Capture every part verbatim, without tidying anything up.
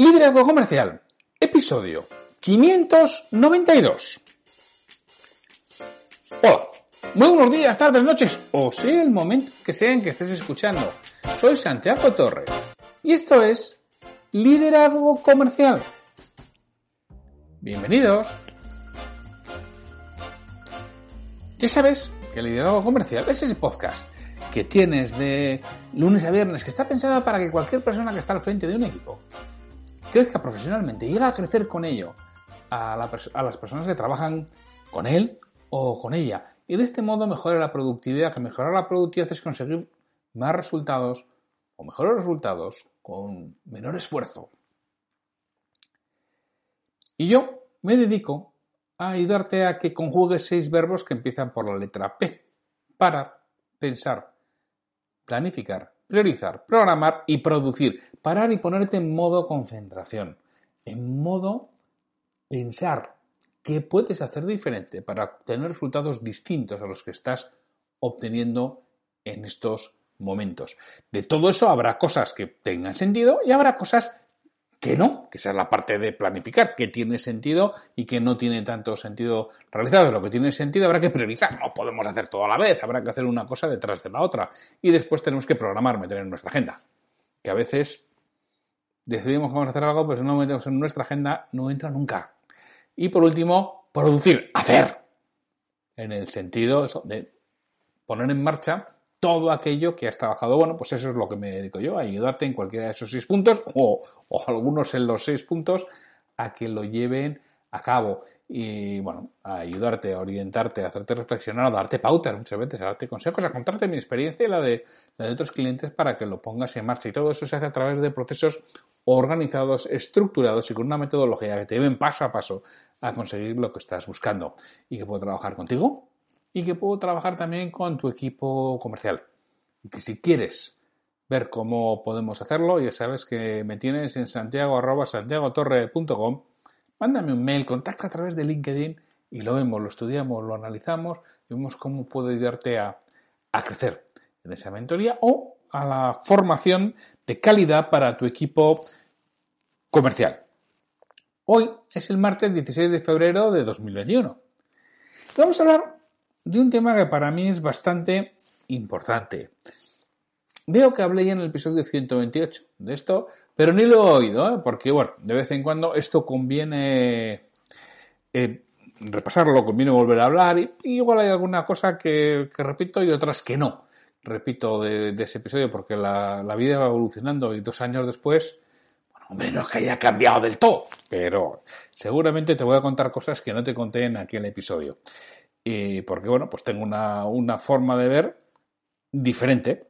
Liderazgo Comercial, episodio quinientos noventa y dos. Hola, muy buenos días, tardes, noches, o sea el momento que sea en que estés escuchando. Soy Santiago Torre y esto es Liderazgo Comercial. Bienvenidos. Ya sabes que el Liderazgo Comercial es ese podcast que tienes de lunes a viernes que está pensado para que cualquier persona que está al frente de un equipo crezca profesionalmente y llegue a crecer con ello a, la pers- a las personas que trabajan con él o con ella. Y de este modo mejore la productividad, que mejorar la productividad es conseguir más resultados o mejores resultados con menor esfuerzo. Y yo me dedico a ayudarte a que conjugues seis verbos que empiezan por la letra P. Parar, pensar, planificar, priorizar, programar y producir. Parar y ponerte en modo concentración, en modo pensar qué puedes hacer diferente para obtener resultados distintos a los que estás obteniendo en estos momentos. De todo eso habrá cosas que tengan sentido y habrá cosas que no, que esa es la parte de planificar, que tiene sentido y que no tiene tanto sentido realizado. Lo que tiene sentido habrá que priorizar, no podemos hacer todo a la vez, habrá que hacer una cosa detrás de la otra y después tenemos que programar, meter en nuestra agenda, que a veces decidimos que vamos a hacer algo, pues no metemos en nuestra agenda, no entra nunca. Y por último, producir, hacer, en el sentido de poner en marcha todo aquello que has trabajado. Bueno, pues eso es lo que me dedico yo, a ayudarte en cualquiera de esos seis puntos o, o algunos en los seis puntos a que lo lleven a cabo. Y bueno, a ayudarte, a orientarte, a hacerte reflexionar, a darte pautas muchas veces, a darte consejos, a contarte mi experiencia y la de, la de otros clientes para que lo pongas en marcha. Y todo eso se hace a través de procesos organizados, estructurados y con una metodología que te lleven paso a paso a conseguir lo que estás buscando. Y que puedo trabajar contigo y que puedo trabajar también con tu equipo comercial. Y que si quieres ver cómo podemos hacerlo, ya sabes que me tienes en santiago arroba santiagotorre punto com. Mándame un mail, contacta a través de LinkedIn y lo vemos, lo estudiamos, lo analizamos y vemos cómo puedo ayudarte a, a crecer en esa mentoría o a la formación de calidad para tu equipo comercial. Hoy es el martes dieciséis de febrero de dos mil veintiuno. Vamos a hablar de un tema que para mí es bastante importante. Veo que hablé ya en el episodio ciento veintiocho de esto, pero ni lo he oído, ¿eh? Porque, bueno, de vez en cuando esto conviene eh, repasarlo, conviene volver a hablar y, y igual hay alguna cosa que, que repito y otras que no. Repito de, de ese episodio porque la, la vida va evolucionando y dos años después, bueno, hombre, no es que haya cambiado del todo, pero seguramente te voy a contar cosas que no te conté en aquel episodio. Y porque, bueno, pues tengo una, una forma de ver diferente.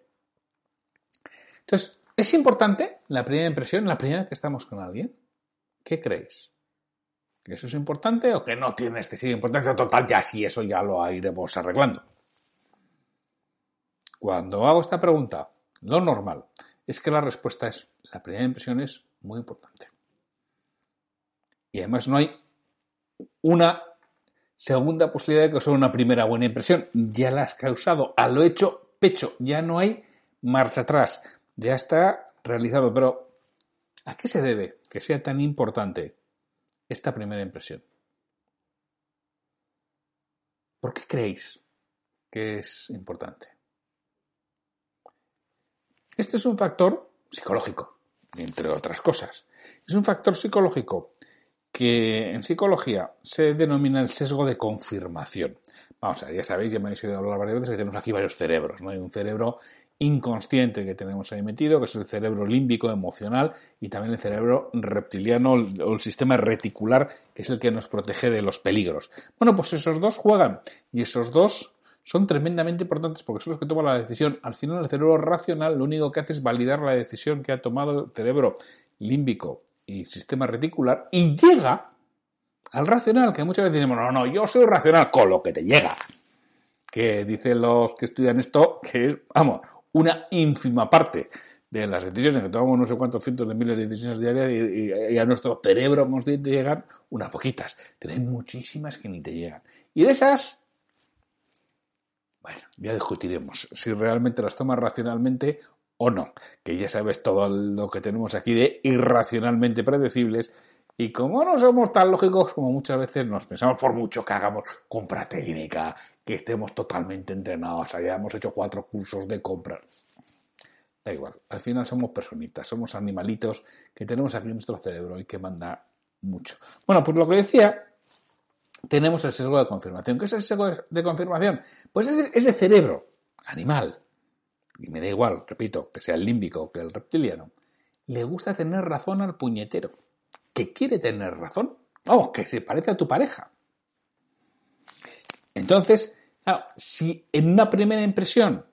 Entonces, ¿es importante la primera impresión, la primera vez que estamos con alguien? ¿Qué creéis? ¿Que eso es importante o que no tiene excesiva importancia? Total, ya sí, eso ya lo iremos arreglando. Cuando hago esta pregunta, lo normal es que la respuesta es, la primera impresión es muy importante. Y además no hay una segunda posibilidad de que sea una primera buena impresión. Ya la has causado, a lo hecho, pecho. Ya no hay marcha atrás. Ya está realizado. Pero, ¿a qué se debe que sea tan importante esta primera impresión? ¿Por qué creéis que es importante? Este es un factor psicológico, entre otras cosas. Es un factor psicológico que en psicología se denomina el sesgo de confirmación. Vamos a ver, ya sabéis, ya me habéis oído hablar varias veces que tenemos aquí varios cerebros, ¿no? Hay un cerebro inconsciente que tenemos ahí metido, que es el cerebro límbico emocional y también el cerebro reptiliano o el sistema reticular, que es el que nos protege de los peligros. Bueno, pues esos dos juegan y esos dos son tremendamente importantes porque son los que toman la decisión. Al final el cerebro racional lo único que hace es validar la decisión que ha tomado el cerebro límbico y sistema reticular y llega al racional, que muchas veces decimos, no, no, yo soy racional, con lo que te llega. Que dicen los que estudian esto que es, vamos, una ínfima parte de las decisiones, que tomamos no sé cuántos cientos de miles de decisiones diarias y, y, y a nuestro cerebro consciente llegan unas poquitas. Pero hay muchísimas que ni te llegan. Y de esas, bueno, ya discutiremos si realmente las tomas racionalmente o no, que ya sabes todo lo que tenemos aquí de irracionalmente predecibles y como no somos tan lógicos como muchas veces nos pensamos, por mucho que hagamos compra técnica, que estemos totalmente entrenados, hayamos hecho cuatro cursos de compra. Da igual, al final somos personitas, somos animalitos que tenemos aquí en nuestro cerebro y que manda mucho. Bueno, pues lo que decía, tenemos el sesgo de confirmación. ¿Qué es el sesgo de confirmación? Pues es ese cerebro animal, y me da igual, repito, que sea el límbico o que el reptiliano, le gusta tener razón al puñetero, que quiere tener razón, vamos, que se parece a tu pareja. Entonces, claro, si en una primera impresión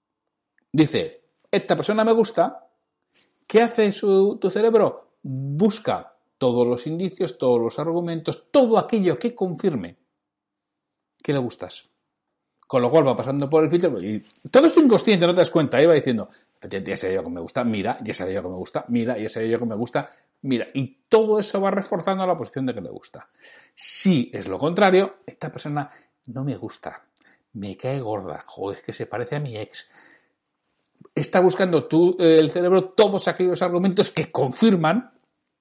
dice, esta persona me gusta, ¿qué hace su, tu cerebro? Busca todos los indicios, todos los argumentos, todo aquello que confirme que le gustas. Con lo cual va pasando por el filtro y todo esto inconsciente, no te das cuenta, ahí va diciendo, ya sé yo que me gusta, mira, ya sé yo que me gusta, mira, ya sé yo que me gusta, mira, y todo eso va reforzando la posición de que le gusta. Si es lo contrario, esta persona no me gusta, me cae gorda, joder, es que se parece a mi ex. Está buscando tú, el cerebro, todos aquellos argumentos que confirman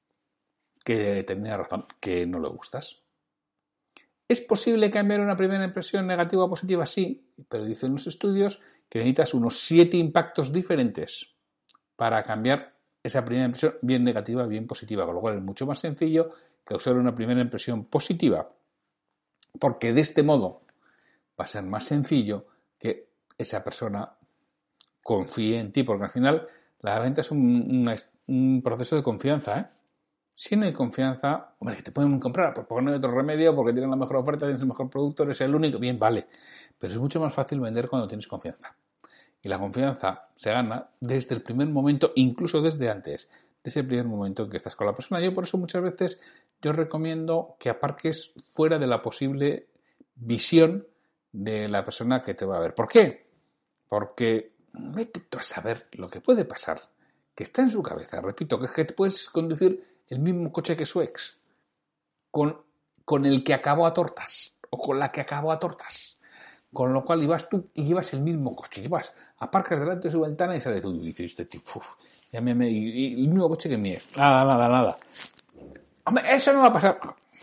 que tenía razón, que no le gustas. ¿Es posible cambiar una primera impresión negativa o positiva? Sí, pero dicen los estudios que necesitas unos siete impactos diferentes para cambiar esa primera impresión bien negativa, bien positiva, con lo cual es mucho más sencillo causar una primera impresión positiva, porque de este modo va a ser más sencillo que esa persona confíe en ti, porque al final la venta es un, un, un proceso de confianza, ¿eh? Si no hay confianza, hombre, que te pueden comprar, pues porque no hay otro remedio, porque tienen la mejor oferta, tienes el mejor producto, eres el único, bien, vale. Pero es mucho más fácil vender cuando tienes confianza. Y la confianza se gana desde el primer momento, incluso desde antes, desde el primer momento en que estás con la persona. Yo por eso muchas veces yo recomiendo que aparques fuera de la posible visión de la persona que te va a ver. ¿Por qué? Porque vete tú a saber lo que puede pasar, que está en su cabeza. Repito, que es que puedes conducir el mismo coche que su ex, con, con el que acabó a tortas, o con la que acabó a tortas. Con lo cual ibas tú y llevas el mismo coche, llevas, aparcas delante de su ventana y sale tú y dices, este tío, uf, ya me, me, y, y el mismo coche que mi ex. Nada, nada, nada. Hombre, eso no va a pasar.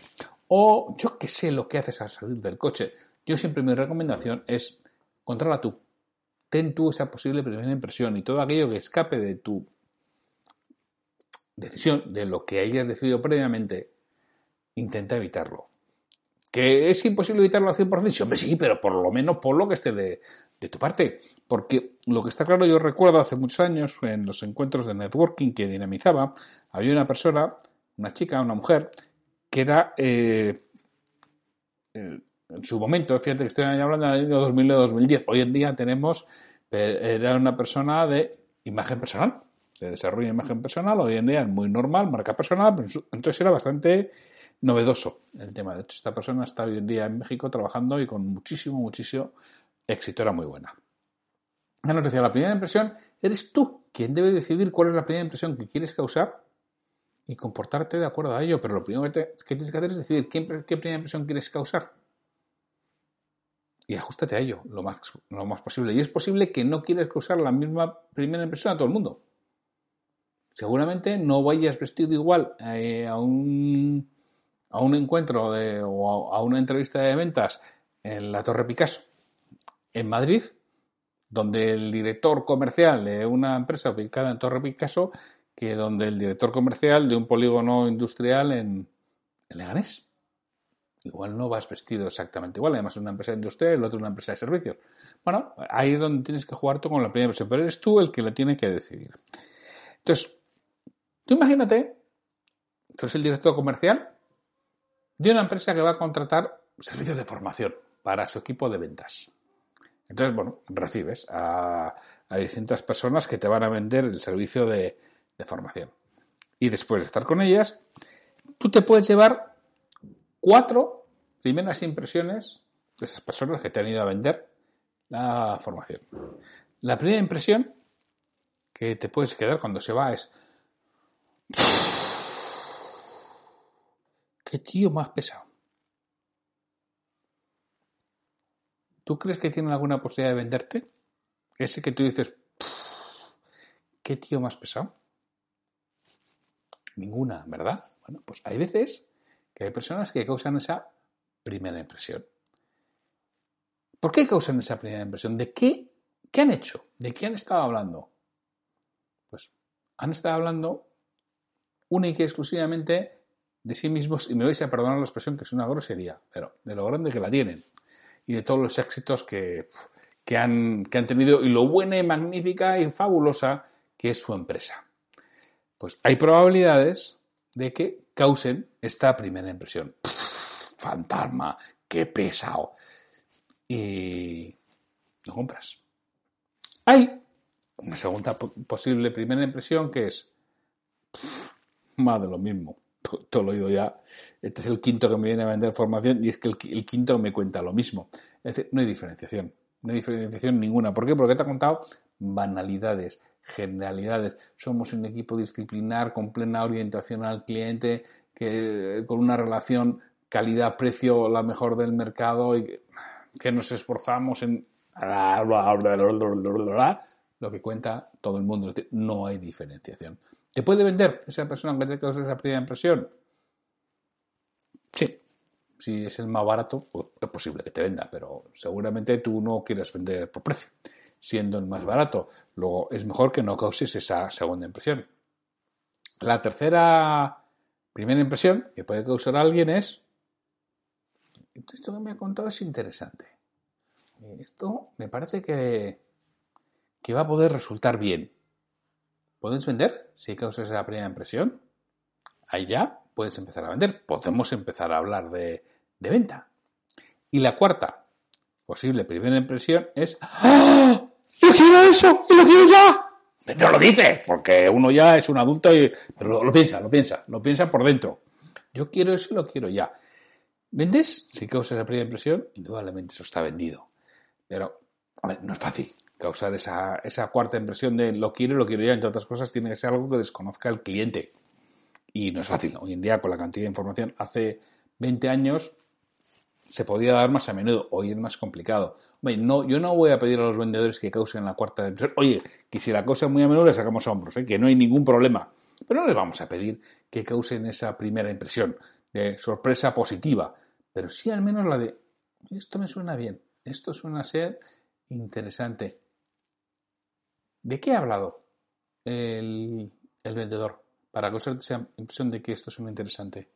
O yo qué sé lo que haces al salir del coche. Yo siempre mi recomendación es, controla tú. Ten tú esa posible primera impresión y todo aquello que escape de tu decisión, de lo que hayas decidido previamente, intenta evitarlo. ¿Que es imposible evitarlo al cien por ciento? Sí, hombre, sí, pero por lo menos por lo que esté de, de tu parte. Porque lo que está claro, yo recuerdo hace muchos años, en los encuentros de networking que dinamizaba, había una persona, una chica, una mujer, que era, eh, en su momento, fíjate que estoy hablando del año dos mil o dos mil diez, hoy en día tenemos, era una persona de imagen personal, de desarrollo de imagen personal, hoy en día es muy normal, marca personal, pero entonces era bastante novedoso el tema. De hecho, esta persona está hoy en día en México trabajando y con muchísimo, muchísimo éxito, era muy buena. Ya nos decía, la primera impresión, eres tú quien debe decidir cuál es la primera impresión que quieres causar y comportarte de acuerdo a ello, pero lo primero que, te, que tienes que hacer es decidir qué, qué primera impresión quieres causar. Y ajustate a ello lo más, lo más posible. Y es posible que no quieras causar la misma primera impresión a todo el mundo. Seguramente no vayas vestido igual eh, a, un, a un encuentro de, o a, a una entrevista de ventas en la Torre Picasso, en Madrid, donde el director comercial de una empresa ubicada en Torre Picasso, que donde el director comercial de un polígono industrial en, en Leganés. Igual no vas vestido exactamente igual, además es una empresa industrial y el otro una empresa de servicios. Bueno, ahí es donde tienes que jugar tú con la primera impresión, pero eres tú el que la tiene que decidir. Entonces, tú imagínate, tú eres el director comercial de una empresa que va a contratar servicios de formación para su equipo de ventas. Entonces, bueno, recibes a, a distintas personas que te van a vender el servicio de, de formación. Y después de estar con ellas, tú te puedes llevar cuatro primeras impresiones de esas personas que te han ido a vender la formación. La primera impresión que te puedes quedar cuando se va es: ¡qué tío más pesado! ¿Tú crees que tienen alguna posibilidad de venderte? Ese que tú dices, ¿qué tío más pesado? Ninguna, ¿verdad? Bueno, pues hay veces que hay personas que causan esa primera impresión. ¿Por qué causan esa primera impresión? ¿De qué, qué han hecho? ¿De qué han estado hablando? Pues han estado hablando única y exclusivamente de sí mismos, y me vais a perdonar la expresión que es una grosería, pero de lo grande que la tienen y de todos los éxitos que, que, han, que han tenido y lo buena y magnífica y fabulosa que es su empresa. Pues hay probabilidades de que causen esta primera impresión. Pff, fantasma, qué pesado. Y lo compras. Hay una segunda posible primera impresión que es pff, más de lo mismo. Todo lo he oído ya. Este es el quinto que me viene a vender formación y es que el, el quinto me cuenta lo mismo. Es decir, no hay diferenciación. No hay diferenciación ninguna. ¿Por qué? Porque te ha contado banalidades, generalidades. Somos un equipo disciplinar con plena orientación al cliente, que con una relación calidad-precio la mejor del mercado y que nos esforzamos en lo que cuenta todo el mundo. Es decir, no hay diferenciación. ¿Te puede vender esa persona que te causa esa primera impresión? Sí. Si es el más barato, pues es posible que te venda, pero seguramente tú no quieres vender por precio, siendo el más barato. Luego, es mejor que no causes esa segunda impresión. La tercera primera impresión que puede causar a alguien es: esto que me ha contado es interesante. Esto me parece que, que va a poder resultar bien. ¿Puedes vender si causas esa primera impresión? Ahí ya puedes empezar a vender. Podemos empezar a hablar de, de venta. Y la cuarta posible primera impresión es: ¡ah! ¡Yo quiero eso! ¡Y lo quiero ya! Pero no lo dices, porque uno ya es un adulto y... Pero lo, lo piensa, lo piensa, lo piensa por dentro. Yo quiero eso y lo quiero ya. ¿Vendes? Si causas esa primera impresión, indudablemente eso está vendido. Pero, a ver, no es fácil causar esa, esa cuarta impresión de lo quiero y lo quiero ya. Entre otras cosas, tiene que ser algo que desconozca el cliente. Y no es fácil. Hoy en día, con la cantidad de información, hace veinte años se podía dar más a menudo. Hoy es más complicado. Hombre, no, yo no voy a pedir a los vendedores que causen la cuarta impresión. Oye, que si la causan muy a menudo le sacamos a hombros, ¿eh? Que no hay ningún problema. Pero no les vamos a pedir que causen esa primera impresión de sorpresa positiva. Pero sí al menos la de: esto me suena bien, esto suena a ser interesante. ¿De qué ha hablado el, el vendedor para causar esa impresión de que esto suena interesante?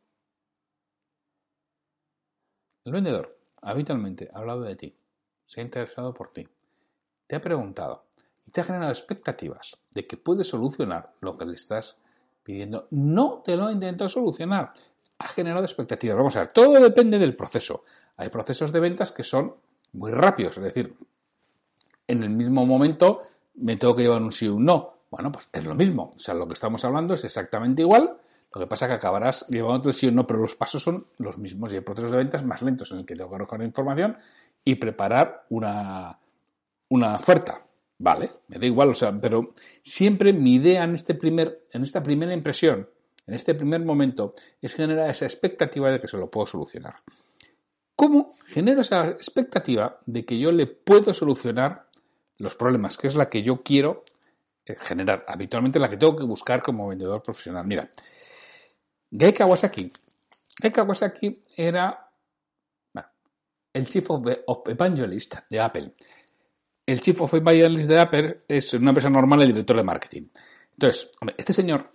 El vendedor habitualmente ha hablado de ti, se ha interesado por ti, te ha preguntado y te ha generado expectativas de que puedes solucionar lo que le estás pidiendo. No te lo ha intentado solucionar, ha generado expectativas. Vamos a ver, todo depende del proceso. Hay procesos de ventas que son muy rápidos, es decir, en el mismo momento me tengo que llevar un sí o un no. Bueno, pues es lo mismo. O sea, lo que estamos hablando es exactamente igual. Lo que pasa es que acabarás llevando el sí o no, pero los pasos son los mismos y hay procesos de ventas más lentos en el que tengo que recoger información y preparar una, una oferta. Vale, me da igual, o sea, pero siempre mi idea en, este primer, en esta primera impresión, en este primer momento, es generar esa expectativa de que se lo puedo solucionar. ¿Cómo genero esa expectativa de que yo le puedo solucionar los problemas? Que es la que yo quiero generar, habitualmente la que tengo que buscar como vendedor profesional. Mira, Guy Kawasaki. Guy Kawasaki era bueno, el Chief of, of Evangelist de Apple. El Chief of Evangelist de Apple es una empresa normal, el director de marketing. Entonces, hombre, este señor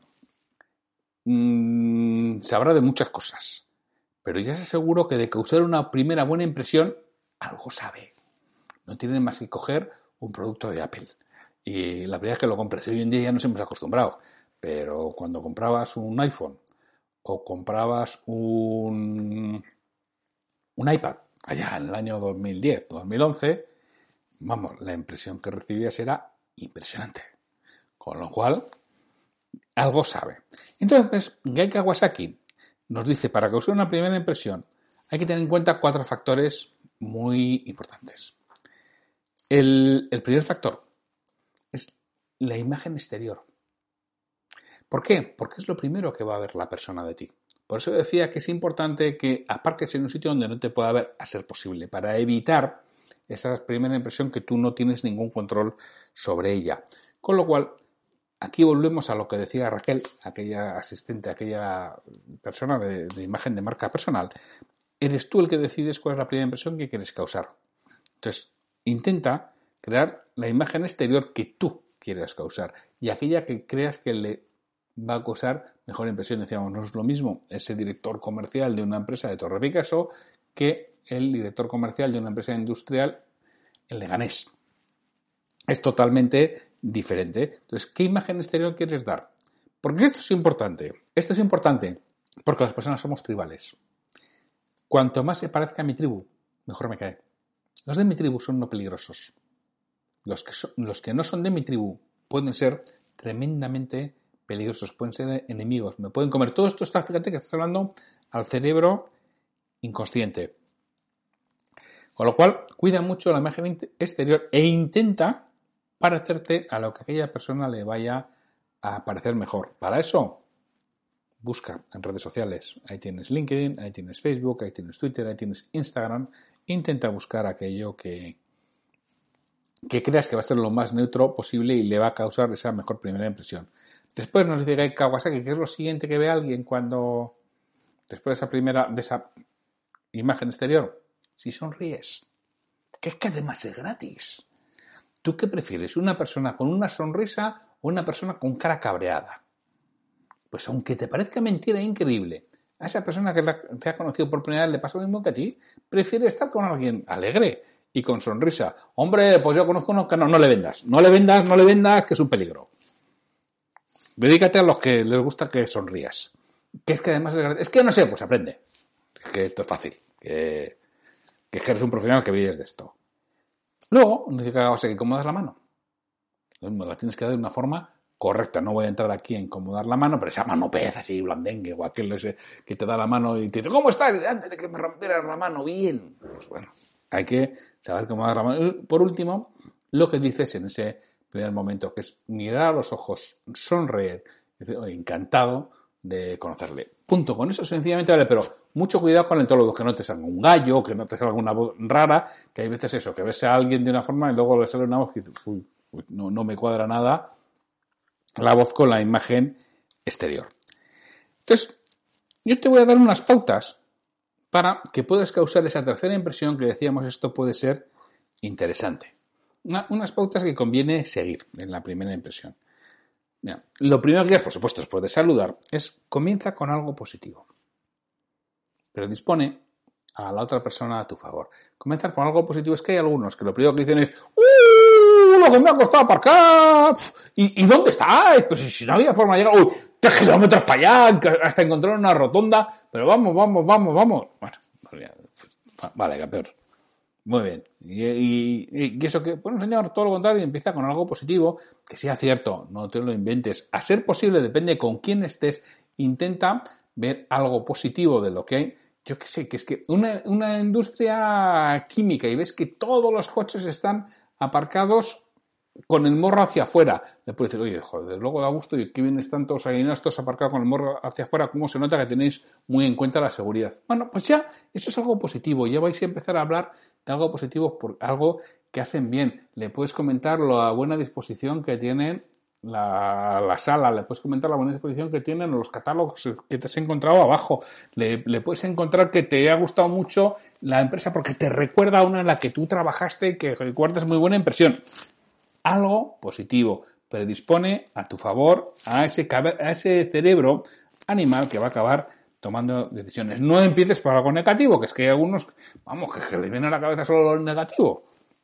mmm, sabrá de muchas cosas, pero ya se aseguro que de causar una primera buena impresión, algo sabe. No tiene más que coger un producto de Apple. Y la verdad es que lo compres. Hoy en día ya nos hemos acostumbrado. Pero cuando comprabas un iPhone o comprabas un, un iPad, allá en el año dos mil diez, dos mil once, vamos, la impresión que recibías era impresionante. Con lo cual, algo sabe. Entonces, Guy Kawasaki nos dice, para causar una primera impresión, hay que tener en cuenta cuatro factores muy importantes. El, el primer factor es la imagen exterior. ¿Por qué? Porque es lo primero que va a ver la persona de ti. Por eso decía que es importante que aparques en un sitio donde no te pueda ver a ser posible, para evitar esa primera impresión que tú no tienes ningún control sobre ella. Con lo cual, aquí volvemos a lo que decía Raquel, aquella asistente, aquella persona de, de imagen de marca personal. Eres tú el que decides cuál es la primera impresión que quieres causar. Entonces, intenta crear la imagen exterior que tú quieras causar y aquella que creas que le va a causar mejor impresión. Decíamos, no es lo mismo ese director comercial de una empresa de Torre Picasso que el director comercial de una empresa industrial en Leganés. Es totalmente diferente. Entonces, ¿qué imagen exterior quieres dar? Porque esto es importante. Esto es importante porque las personas somos tribales. Cuanto más se parezca a mi tribu, mejor me cae. Los de mi tribu son no peligrosos. Los que, son, los que no son de mi tribu pueden ser tremendamente peligrosos, pueden ser enemigos, me pueden comer. Todo esto está, fíjate que estás hablando al cerebro inconsciente. Con lo cual, cuida mucho la imagen exterior e intenta parecerte a lo que a aquella persona le vaya a parecer mejor. Para eso, busca en redes sociales. Ahí tienes LinkedIn, ahí tienes Facebook, ahí tienes Twitter, ahí tienes Instagram. Intenta buscar aquello que, que creas que va a ser lo más neutro posible y le va a causar esa mejor primera impresión. Después nos dice Guy Kawasaki, ¿qué es lo siguiente que ve alguien cuando, después de esa primera, de esa imagen exterior? Si sonríes, que es que además es gratis. ¿Tú qué prefieres? ¿Una persona con una sonrisa o una persona con cara cabreada? Pues aunque te parezca mentira increíble, a esa persona que te ha conocido por primera vez le pasa lo mismo que a ti, prefiere estar con alguien alegre y con sonrisa. Hombre, pues yo conozco uno que no, no le vendas, no le vendas, no le vendas, que es un peligro. Dedícate a los que les gusta que sonrías. Que es que además es gratis. Es que no sé, pues aprende. Que esto es fácil. Que... que es que eres un profesional que vives de esto. Luego, no dice que hagas que incomodas la mano. La tienes que dar de una forma correcta. No voy a entrar aquí a incomodar la mano, pero esa mano pez así, blandengue, o aquel ese que te da la mano y te dice, ¿cómo estás? Antes de que me rompieras la mano, bien. Pues bueno, hay que saber cómo dar la mano. Por último, lo que dices en ese primer momento, que es mirar a los ojos, sonreír, decir, oye, encantado de conocerle. Punto. Con eso sencillamente vale, pero mucho cuidado con el tono, que no te salga un gallo, que no te salga una voz rara, que hay veces eso, que ves a alguien de una forma y luego le sale una voz que dices, uy, uy, no, no me cuadra nada la voz con la imagen exterior. Entonces, yo te voy a dar unas pautas para que puedas causar esa tercera impresión que decíamos, esto puede ser interesante. Una, unas pautas que conviene seguir en la primera impresión. Mira, lo primero que haces, por supuesto, después de saludar, es comienza con algo positivo. Pero dispone a la otra persona a tu favor. Comenzar con algo positivo es que hay algunos que lo primero que dicen es ¡Uh! ¡Lo que me ha costado aparcar! ¿Y, ¿y dónde estáis? Pues si, si no había forma de llegar. ¡Uy! Tres kilómetros para allá, hasta encontrar una rotonda. Pero vamos, vamos, vamos, vamos. Bueno, vale, campeón. Muy bien. Y, y, y eso que, bueno, señor, todo lo contrario, empieza con algo positivo, que sea cierto, no te lo inventes. A ser posible, depende con quién estés, intenta ver algo positivo de lo que hay. Yo qué sé, que es que una, una industria química y ves que todos los coches están aparcados con el morro hacia afuera. Le puedes decir, oye, joder, luego da gusto y que bien están todos ahí, estos aparcados con el morro hacia afuera, cómo se nota que tenéis muy en cuenta la seguridad. Bueno, pues ya, eso es algo positivo. Ya vais a empezar a hablar de algo positivo, por algo que hacen bien. Le puedes comentar la buena disposición que tienen la, la sala, le puedes comentar la buena disposición que tienen los catálogos que te has encontrado abajo. Le, le puedes encontrar que te ha gustado mucho la empresa porque te recuerda a una en la que tú trabajaste y que recuerdas muy buena impresión. Algo positivo, predispone a tu favor a ese, a ese cerebro animal que va a acabar tomando decisiones. No empieces por algo negativo, que es que hay algunos, vamos, que, que les viene a la cabeza solo lo negativo.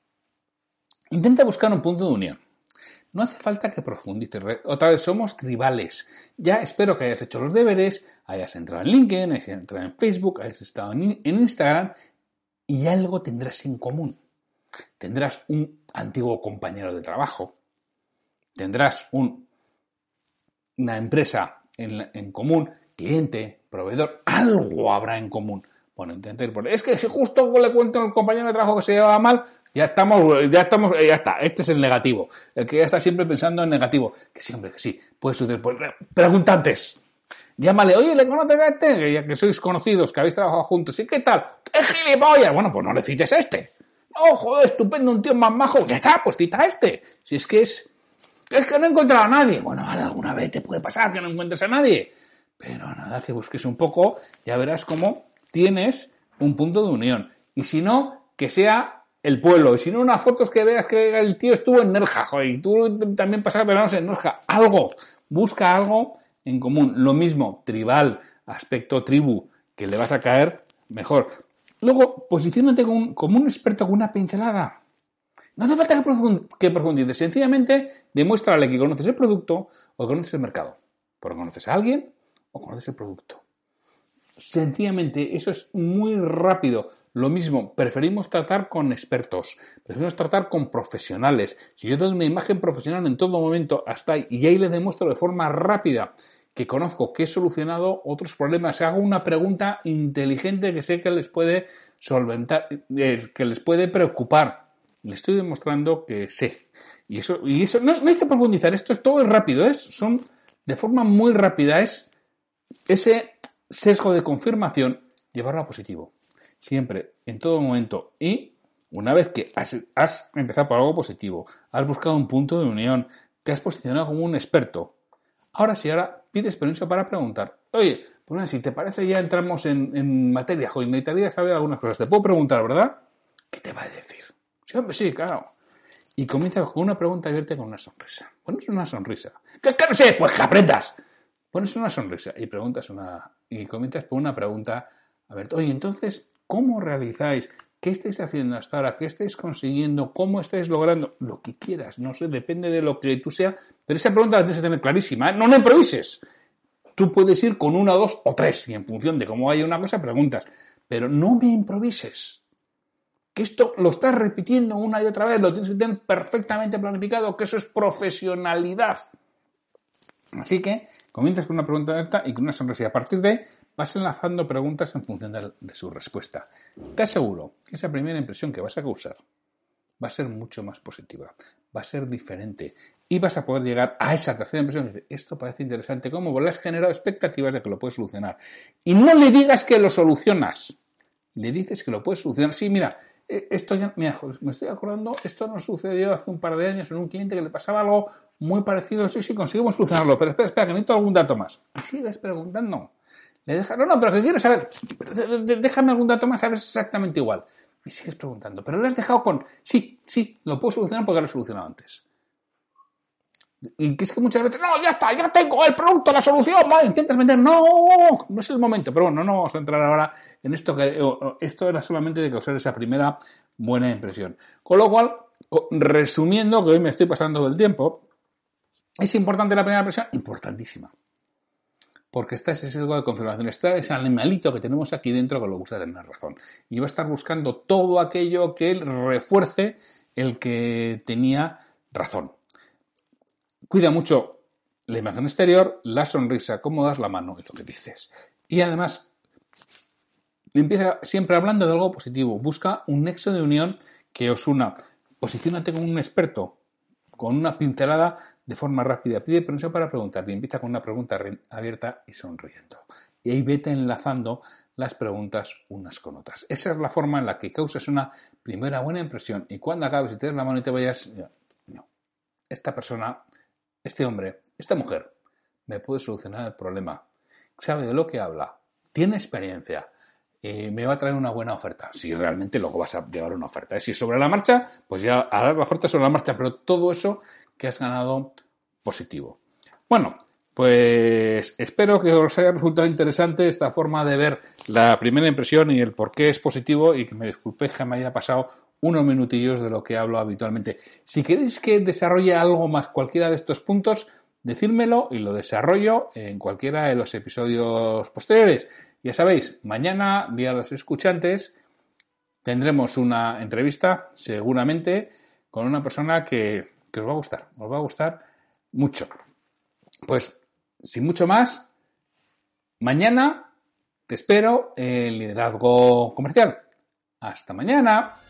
Intenta buscar un punto de unión. No hace falta que profundices. Otra vez, somos tribales. Ya espero que hayas hecho los deberes, hayas entrado en LinkedIn, hayas entrado en Facebook, hayas estado en Instagram y algo tendrás en común. Tendrás un antiguo compañero de trabajo, tendrás un, una empresa en, en común, cliente, proveedor, algo habrá en común. Bueno, intenta ir por... Es que si justo le cuento al compañero de trabajo que se lleva mal, ya estamos, ya estamos, ya está, este es el negativo, el que ya está siempre pensando en negativo. Que sí, hombre, que sí, puede suceder. Pues, preguntantes. Llámale, oye, ¿le conoces a este? Ya que sois conocidos, que habéis trabajado juntos. ¿Y qué tal? ¡Qué gilipollas! Bueno, pues no le cites a este. ¡Oh, joder, estupendo, un tío más majo! Ya está, pues cita a este. Si es que es... Es que no he encontrado a nadie. Bueno, vale, alguna vez te puede pasar que no encuentres a nadie. Pero nada, que busques un poco, ya verás cómo tienes un punto de unión. Y si no, que sea el pueblo. Y si no, unas fotos que veas que el tío estuvo en Nerja, joder, y tú también pasas veranos en Nerja. Algo. Busca algo en común. Lo mismo, tribal, aspecto tribu, que le vas a caer mejor. Luego, posiciónate como un, como un experto con una pincelada. No hace falta que profundices. Sencillamente, demuéstrale que conoces el producto o que conoces el mercado. Porque conoces a alguien o conoces el producto. Sencillamente, eso es muy rápido. Lo mismo, preferimos tratar con expertos, preferimos tratar con profesionales. Si yo doy una imagen profesional en todo momento, hasta ahí, y ahí le demuestro de forma rápida que conozco, que he solucionado otros problemas, hago una pregunta inteligente que sé que les puede solventar, que les puede preocupar. Le estoy demostrando que sé. Y eso, y eso no, no hay que profundizar, esto es todo es rápido, es, son de forma muy rápida, es ese sesgo de confirmación, llevarlo a positivo. Siempre, en todo momento. Y una vez que has, has empezado por algo positivo, has buscado un punto de unión, te has posicionado como un experto. Ahora sí, ahora pides permiso para preguntar. Oye, pues bueno, si te parece ya entramos en, en materia. Joder, me gustaría saber algunas cosas. Te puedo preguntar, ¿verdad? ¿Qué te va a decir? Sí, hombre, sí, claro. Y comienza con una pregunta abierta con una sonrisa. Pones una sonrisa. ¿Qué, qué no sé? Pues que aprendas. Pones una sonrisa y preguntas una y comienzas por una pregunta. A ver, oye, entonces, ¿cómo realizáis? ¿Qué estáis haciendo hasta ahora? ¿Qué estáis consiguiendo? ¿Cómo estáis logrando? Lo que quieras, no sé, depende de lo que tú seas. Pero esa pregunta la tienes que tener clarísima, ¿eh? No la improvises. Tú puedes ir con una, dos o tres y en función de cómo haya una cosa preguntas. Pero no me improvises. Que esto lo estás repitiendo una y otra vez, lo tienes que tener perfectamente planificado, que eso es profesionalidad. Así que comienzas con una pregunta abierta y con una sonrisa. Y a partir de ahí vas enlazando preguntas en función de, de su respuesta. Te aseguro que esa primera impresión que vas a causar va a ser mucho más positiva, va a ser diferente y vas a poder llegar a esa tercera impresión y decir, esto parece interesante, ¿cómo? Pues le has generado expectativas de que lo puedes solucionar. Y no le digas que lo solucionas, le dices que lo puedes solucionar. Sí, mira, esto ya, mira, me estoy acordando, esto nos sucedió hace un par de años en un cliente que le pasaba algo muy parecido. Sí, sí, conseguimos solucionarlo, pero espera, espera, que necesito algún dato más. Y sigues preguntando. Le dejas, no, no, pero que quiero saber, déjame algún dato más, sabes exactamente igual. Y sigues preguntando, pero le has dejado con, sí, sí, lo puedo solucionar porque lo he solucionado antes. Y que es que muchas veces, no, ya está, ya tengo el producto, la solución, vale, intentas vender, no, no es el momento, pero bueno, no vamos a entrar ahora en esto, que esto era solamente de causar esa primera buena impresión. Con lo cual, resumiendo, que hoy me estoy pasando del tiempo, ¿es importante la primera impresión? Importantísima. Porque está ese sesgo de confirmación, está ese animalito que tenemos aquí dentro que le gusta tener razón. Y va a estar buscando todo aquello que refuerce el que tenía razón. Cuida mucho la imagen exterior, la sonrisa, cómo das la mano y lo que dices. Y además, empieza siempre hablando de algo positivo. Busca un nexo de unión que os una. Posiciónate como un experto, con una pincelada de forma rápida. Pide permiso para preguntar y empieza con una pregunta abierta y sonriendo. Y ahí vete enlazando las preguntas unas con otras. Esa es la forma en la que causas una primera buena impresión. Y cuando acabes y te des la mano y te vayas, no, esta persona... Este hombre, esta mujer, me puede solucionar el problema, sabe de lo que habla, tiene experiencia, eh, me va a traer una buena oferta. Si realmente luego vas a llevar una oferta. ¿eh? Si es sobre la marcha, pues ya harás la oferta sobre la marcha, pero todo eso que has ganado positivo. Bueno, pues espero que os haya resultado interesante esta forma de ver la primera impresión y el por qué es positivo y que me disculpéis que me haya pasado unos minutillos de lo que hablo habitualmente. Si queréis que desarrolle algo más cualquiera de estos puntos, decídmelo y lo desarrollo en cualquiera de los episodios posteriores. Ya sabéis, mañana, día de los escuchantes, tendremos una entrevista, seguramente, con una persona que, que os va a gustar, os va a gustar mucho. Pues, sin mucho más, mañana te espero en Liderazgo Comercial. ¡Hasta mañana!